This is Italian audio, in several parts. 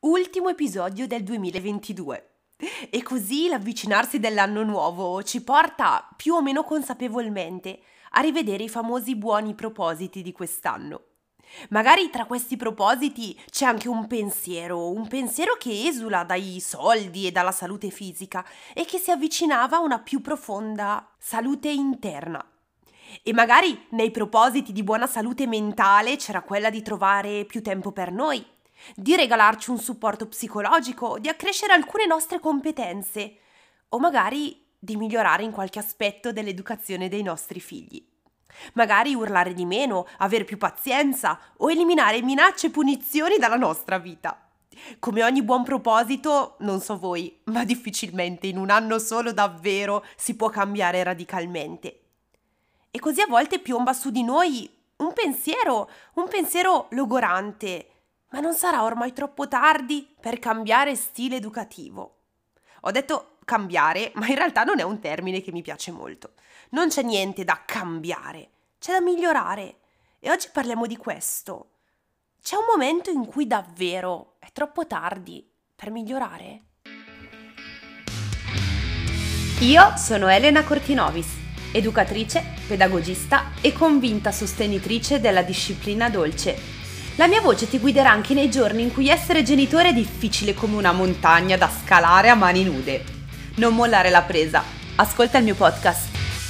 Ultimo episodio del 2022. E così l'avvicinarsi dell'anno nuovo ci porta, più o meno consapevolmente, a rivedere i famosi buoni propositi di quest'anno. Magari tra questi propositi c'è anche un pensiero che esula dai soldi e dalla salute fisica e che si avvicinava a una più profonda salute interna. E magari nei propositi di buona salute mentale c'era quella di trovare più tempo per noi, di regalarci un supporto psicologico, di accrescere alcune nostre competenze o magari di migliorare in qualche aspetto dell'educazione dei nostri figli. Magari urlare di meno, avere più pazienza o eliminare minacce e punizioni dalla nostra vita. Come ogni buon proposito, non so voi, ma difficilmente in un anno solo davvero si può cambiare radicalmente. E così a volte piomba su di noi un pensiero logorante. Ma non sarà ormai troppo tardi per cambiare stile educativo? Ho detto cambiare, ma in realtà non è un termine che mi piace molto. Non c'è niente da cambiare, c'è da migliorare. E oggi parliamo di questo. C'è un momento in cui davvero è troppo tardi per migliorare? Io sono Elena Cortinovis, educatrice, pedagogista e convinta sostenitrice della disciplina dolce. La mia voce ti guiderà anche nei giorni in cui essere genitore è difficile come una montagna da scalare a mani nude. Non mollare la presa. Ascolta il mio podcast.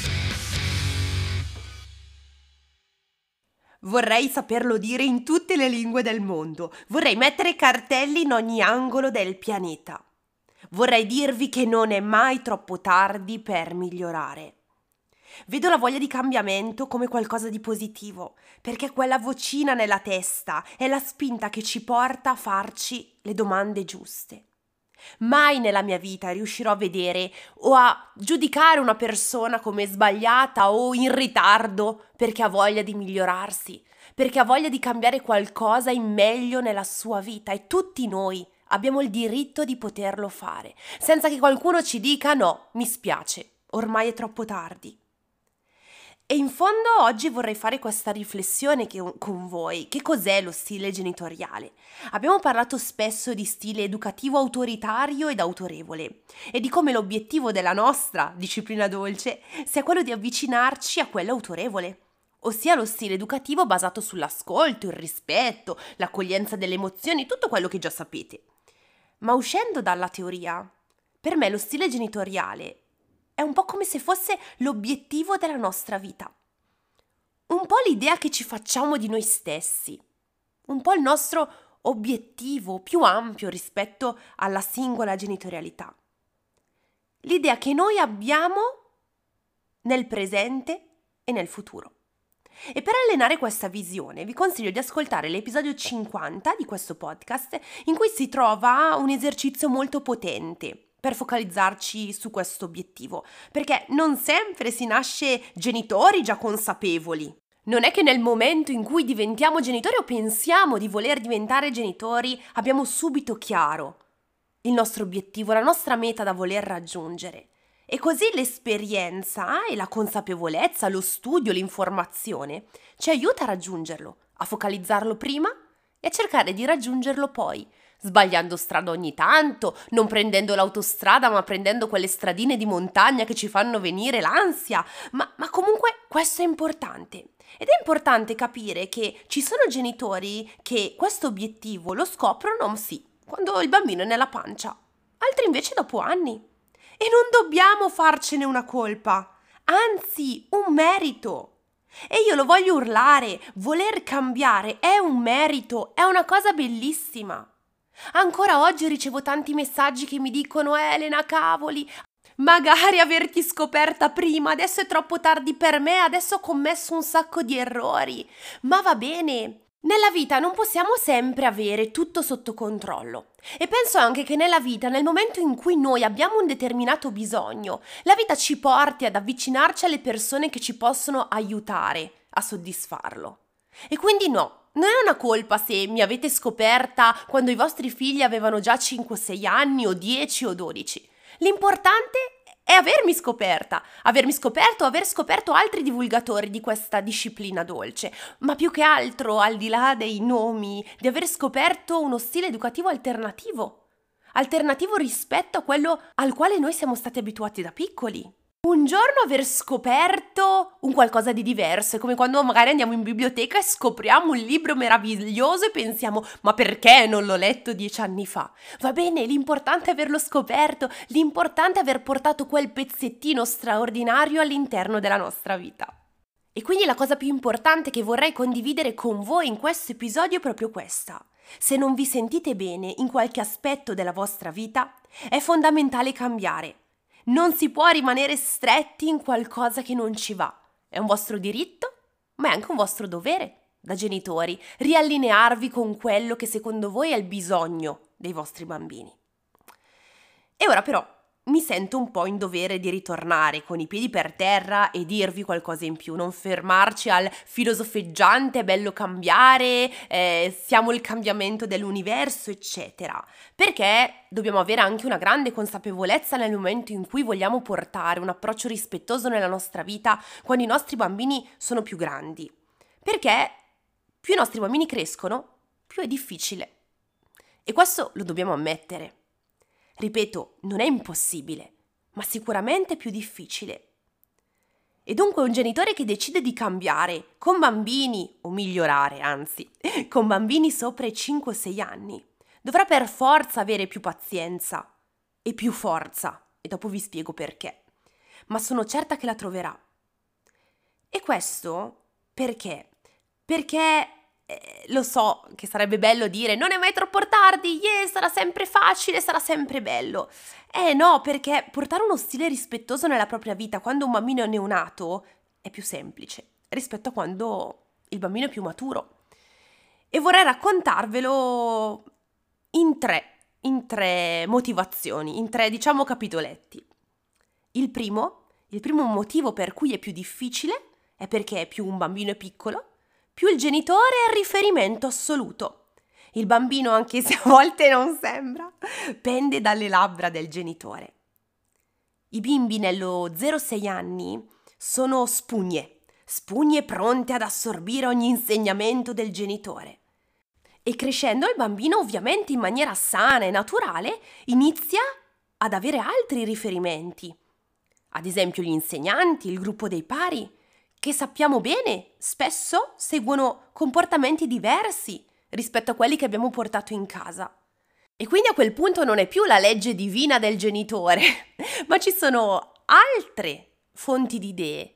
Vorrei saperlo dire in tutte le lingue del mondo. Vorrei mettere cartelli in ogni angolo del pianeta. Vorrei dirvi che non è mai troppo tardi per migliorare. Vedo la voglia di cambiamento come qualcosa di positivo, perché quella vocina nella testa è la spinta che ci porta a farci le domande giuste. Mai nella mia vita riuscirò a vedere o a giudicare una persona come sbagliata o in ritardo perché ha voglia di migliorarsi, perché ha voglia di cambiare qualcosa in meglio nella sua vita, e tutti noi abbiamo il diritto di poterlo fare, senza che qualcuno ci dica no, mi spiace, ormai è troppo tardi. E in fondo oggi vorrei fare questa riflessione con voi. Che cos'è lo stile genitoriale? Abbiamo parlato spesso di stile educativo autoritario ed autorevole e di come l'obiettivo della nostra disciplina dolce sia quello di avvicinarci a quello autorevole, ossia lo stile educativo basato sull'ascolto, il rispetto, l'accoglienza delle emozioni, tutto quello che già sapete. Ma uscendo dalla teoria, per me lo stile genitoriale è un po' come se fosse l'obiettivo della nostra vita. Un po' l'idea che ci facciamo di noi stessi. Un po' il nostro obiettivo più ampio rispetto alla singola genitorialità. L'idea che noi abbiamo nel presente e nel futuro. E per allenare questa visione vi consiglio di ascoltare l'episodio 50 di questo podcast, in cui si trova un esercizio molto potente per focalizzarci su questo obiettivo, perché non sempre si nasce genitori già consapevoli. Non è che nel momento in cui diventiamo genitori o pensiamo di voler diventare genitori abbiamo subito chiaro il nostro obiettivo, la nostra meta da voler raggiungere. E così l'esperienza e la consapevolezza, lo studio, l'informazione ci aiuta a raggiungerlo, a focalizzarlo prima e a cercare di raggiungerlo poi, sbagliando strada ogni tanto, non prendendo l'autostrada ma prendendo quelle stradine di montagna che ci fanno venire l'ansia, ma comunque questo è importante. Ed è importante capire che ci sono genitori che questo obiettivo lo scoprono, sì, quando il bambino è nella pancia, altri invece dopo anni. E non dobbiamo farcene una colpa, anzi un merito. E io lo voglio urlare, voler cambiare è un merito, è una cosa bellissima. Ancora oggi ricevo tanti messaggi che mi dicono Elena, cavoli, magari averti scoperta prima, adesso è troppo tardi per me, adesso ho commesso un sacco di errori. Ma va bene, nella vita non possiamo sempre avere tutto sotto controllo. E penso anche che nella vita, nel momento in cui noi abbiamo un determinato bisogno, la vita ci porti ad avvicinarci alle persone che ci possono aiutare a soddisfarlo. E quindi no. Non è una colpa se mi avete scoperta quando i vostri figli avevano già 5-6 anni o 10 o 12. L'importante è avermi scoperto, aver scoperto altri divulgatori di questa disciplina dolce, ma più che altro, al di là dei nomi, di aver scoperto uno stile educativo alternativo rispetto a quello al quale noi siamo stati abituati da piccoli. Un giorno aver scoperto un qualcosa di diverso, è come quando magari andiamo in biblioteca e scopriamo un libro meraviglioso e pensiamo: ma perché non l'ho letto 10 anni fa? Va bene, l'importante è averlo scoperto, l'importante è aver portato quel pezzettino straordinario all'interno della nostra vita. E quindi la cosa più importante che vorrei condividere con voi in questo episodio è proprio questa. Se non vi sentite bene in qualche aspetto della vostra vita, è fondamentale cambiare. Non si può rimanere stretti in qualcosa che non ci va. È un vostro diritto, ma è anche un vostro dovere, da genitori, riallinearvi con quello che secondo voi è il bisogno dei vostri bambini. E ora però mi sento un po' in dovere di ritornare con i piedi per terra e dirvi qualcosa in più, non fermarci al filosofeggiante, è bello cambiare, siamo il cambiamento dell'universo, eccetera, perché dobbiamo avere anche una grande consapevolezza nel momento in cui vogliamo portare un approccio rispettoso nella nostra vita quando i nostri bambini sono più grandi, perché più i nostri bambini crescono, più è difficile. E questo lo dobbiamo ammettere. Ripeto, non è impossibile, ma sicuramente più difficile. E dunque un genitore che decide di cambiare con bambini, o migliorare anzi, con bambini sopra i 5-6 anni, dovrà per forza avere più pazienza e più forza, e dopo vi spiego perché, ma sono certa che la troverà. E questo perché? Perché lo so che sarebbe bello dire non è mai troppo tardi, sarà sempre facile, sarà sempre bello. No, perché portare uno stile rispettoso nella propria vita quando un bambino è neonato è più semplice rispetto a quando il bambino è più maturo. E vorrei raccontarvelo in tre motivazioni, in tre, diciamo, capitoletti. Il primo motivo per cui è più difficile è perché più un bambino è piccolo, più il genitore è il riferimento assoluto. Il bambino, anche se a volte non sembra, pende dalle labbra del genitore. I bimbi nello 0-6 anni sono spugne pronte ad assorbire ogni insegnamento del genitore. E crescendo il bambino, ovviamente in maniera sana e naturale, inizia ad avere altri riferimenti. Ad esempio gli insegnanti, il gruppo dei pari, che sappiamo bene spesso seguono comportamenti diversi rispetto a quelli che abbiamo portato in casa. E quindi a quel punto non è più la legge divina del genitore, ma ci sono altre fonti di idee,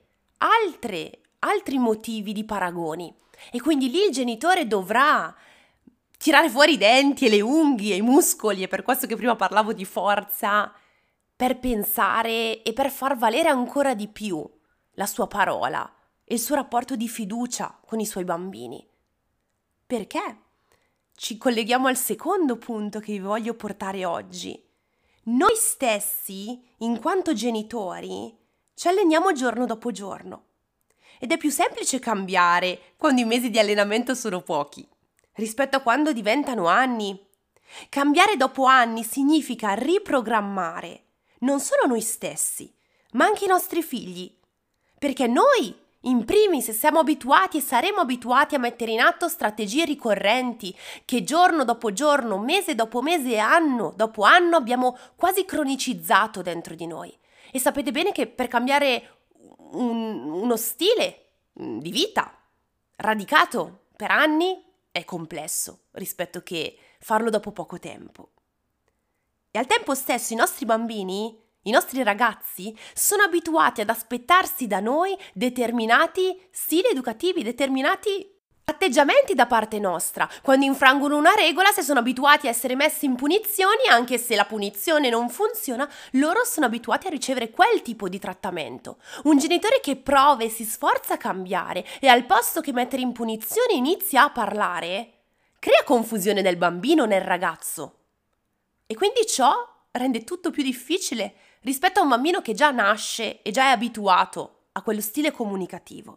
altri motivi di paragoni. E quindi lì il genitore dovrà tirare fuori i denti e le unghie, i muscoli, è per questo che prima parlavo di forza, per pensare e per far valere ancora di più la sua parola e il suo rapporto di fiducia con i suoi bambini. Perché? Ci colleghiamo al secondo punto che vi voglio portare oggi. Noi stessi, in quanto genitori, ci alleniamo giorno dopo giorno. Ed è più semplice cambiare quando i mesi di allenamento sono pochi, rispetto a quando diventano anni. Cambiare dopo anni significa riprogrammare non solo noi stessi, ma anche i nostri figli. Perché noi, in primis, siamo abituati e saremo abituati a mettere in atto strategie ricorrenti che giorno dopo giorno, mese dopo mese e anno dopo anno abbiamo quasi cronicizzato dentro di noi. E sapete bene che per cambiare uno stile di vita radicato per anni è complesso rispetto che farlo dopo poco tempo. E al tempo stesso i nostri bambini, i nostri ragazzi, sono abituati ad aspettarsi da noi determinati stili educativi, determinati atteggiamenti da parte nostra. Quando infrangono una regola, se sono abituati a essere messi in punizioni, anche se la punizione non funziona, loro sono abituati a ricevere quel tipo di trattamento. Un genitore che prova e si sforza a cambiare e al posto che mettere in punizione inizia a parlare, crea confusione nel bambino, nel ragazzo. E quindi ciò rende tutto più difficile rispetto a un bambino che già nasce e già è abituato a quello stile comunicativo.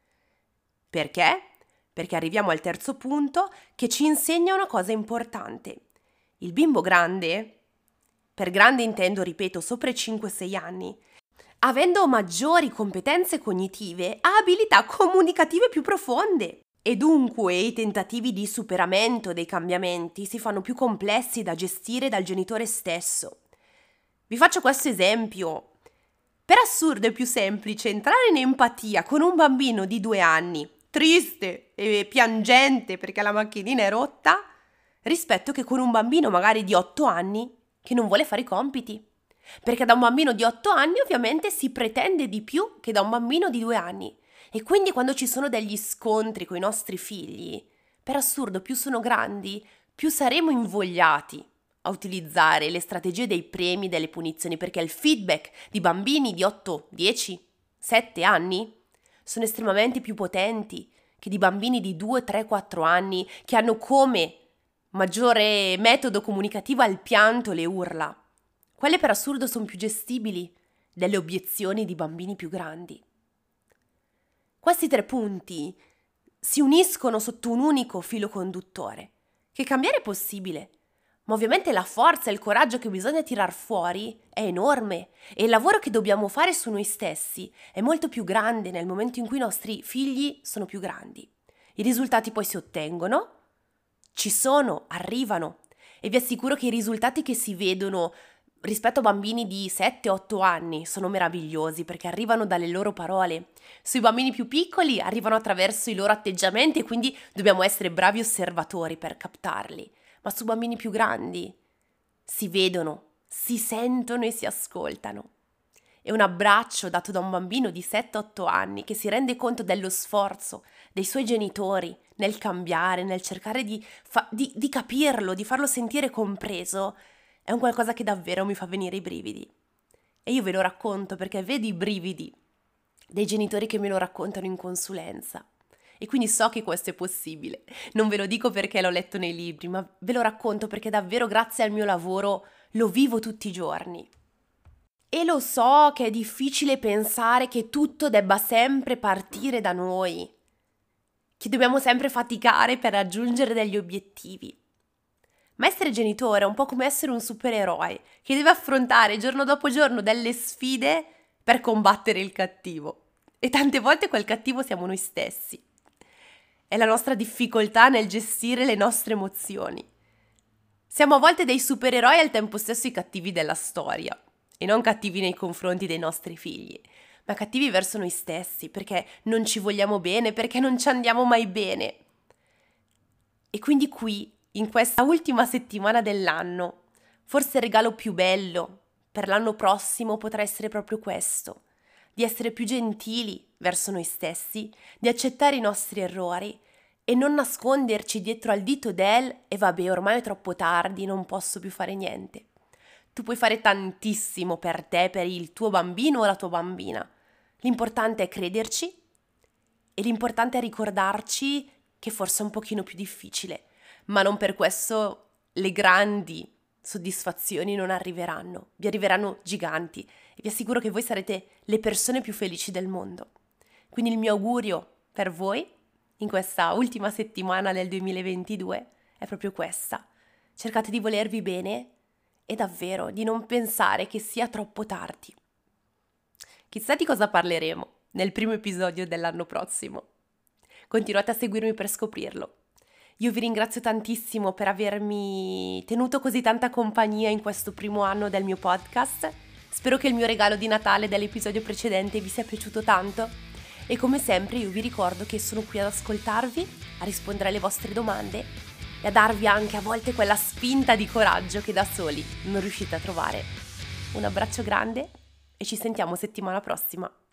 Perché? Perché arriviamo al terzo punto che ci insegna una cosa importante. Il bimbo grande, per grande intendo, ripeto, sopra i 5-6 anni, avendo maggiori competenze cognitive, ha abilità comunicative più profonde. E dunque i tentativi di superamento dei cambiamenti si fanno più complessi da gestire dal genitore stesso. Vi faccio questo esempio. Per assurdo è più semplice entrare in empatia con un bambino di 2 anni, triste e piangente perché la macchinina è rotta, rispetto che con un bambino magari di 8 anni che non vuole fare i compiti. Perché da un bambino di 8 anni ovviamente si pretende di più che da un bambino di 2 anni. E quindi quando ci sono degli scontri con i nostri figli, per assurdo più sono grandi, più saremo invogliati a utilizzare le strategie dei premi e delle punizioni, perché il feedback di bambini di 8, 10, 7 anni sono estremamente più potenti che di bambini di 2, 3, 4 anni che hanno come maggiore metodo comunicativo il pianto, le urla. Quelle per assurdo sono più gestibili delle obiezioni di bambini più grandi. Questi 3 punti si uniscono sotto un unico filo conduttore, che cambiare è possibile, ma ovviamente la forza e il coraggio che bisogna tirar fuori è enorme e il lavoro che dobbiamo fare su noi stessi è molto più grande nel momento in cui i nostri figli sono più grandi. I risultati poi si ottengono, ci sono, arrivano e vi assicuro che i risultati che si vedono rispetto a bambini di 7-8 anni sono meravigliosi perché arrivano dalle loro parole. Sui bambini più piccoli arrivano attraverso i loro atteggiamenti e quindi dobbiamo essere bravi osservatori per captarli. Ma su bambini più grandi si vedono, si sentono e si ascoltano. E un abbraccio dato da un bambino di 7-8 anni che si rende conto dello sforzo dei suoi genitori nel cambiare, nel cercare di capirlo, di farlo sentire compreso, è un qualcosa che davvero mi fa venire i brividi. E io ve lo racconto perché vedo i brividi dei genitori che me lo raccontano in consulenza. E quindi so che questo è possibile. Non ve lo dico perché l'ho letto nei libri, ma ve lo racconto perché davvero grazie al mio lavoro lo vivo tutti i giorni. E lo so che è difficile pensare che tutto debba sempre partire da noi, che dobbiamo sempre faticare per raggiungere degli obiettivi. Ma essere genitore è un po' come essere un supereroe che deve affrontare giorno dopo giorno delle sfide per combattere il cattivo. E tante volte quel cattivo siamo noi stessi. È la nostra difficoltà nel gestire le nostre emozioni. Siamo a volte dei supereroi e al tempo stesso i cattivi della storia. E non cattivi nei confronti dei nostri figli, ma cattivi verso noi stessi, perché non ci vogliamo bene, perché non ci andiamo mai bene. E quindi qui, in questa ultima settimana dell'anno, forse il regalo più bello per l'anno prossimo potrà essere proprio questo, di essere più gentili verso noi stessi, di accettare i nostri errori e non nasconderci dietro al dito e vabbè, ormai è troppo tardi, non posso più fare niente. Tu puoi fare tantissimo per te, per il tuo bambino o la tua bambina. L'importante è crederci e l'importante è ricordarci che forse è un pochino più difficile, ma non per questo le grandi soddisfazioni non arriveranno. Vi arriveranno giganti e vi assicuro che voi sarete le persone più felici del mondo. Quindi il mio augurio per voi in questa ultima settimana del 2022 è proprio questa. Cercate di volervi bene e davvero di non pensare che sia troppo tardi. Chissà di cosa parleremo nel primo episodio dell'anno prossimo. Continuate a seguirmi per scoprirlo. Io vi ringrazio tantissimo per avermi tenuto così tanta compagnia in questo primo anno del mio podcast. Spero che il mio regalo di Natale dell'episodio precedente vi sia piaciuto tanto e come sempre io vi ricordo che sono qui ad ascoltarvi, a rispondere alle vostre domande e a darvi anche a volte quella spinta di coraggio che da soli non riuscite a trovare. Un abbraccio grande e ci sentiamo settimana prossima.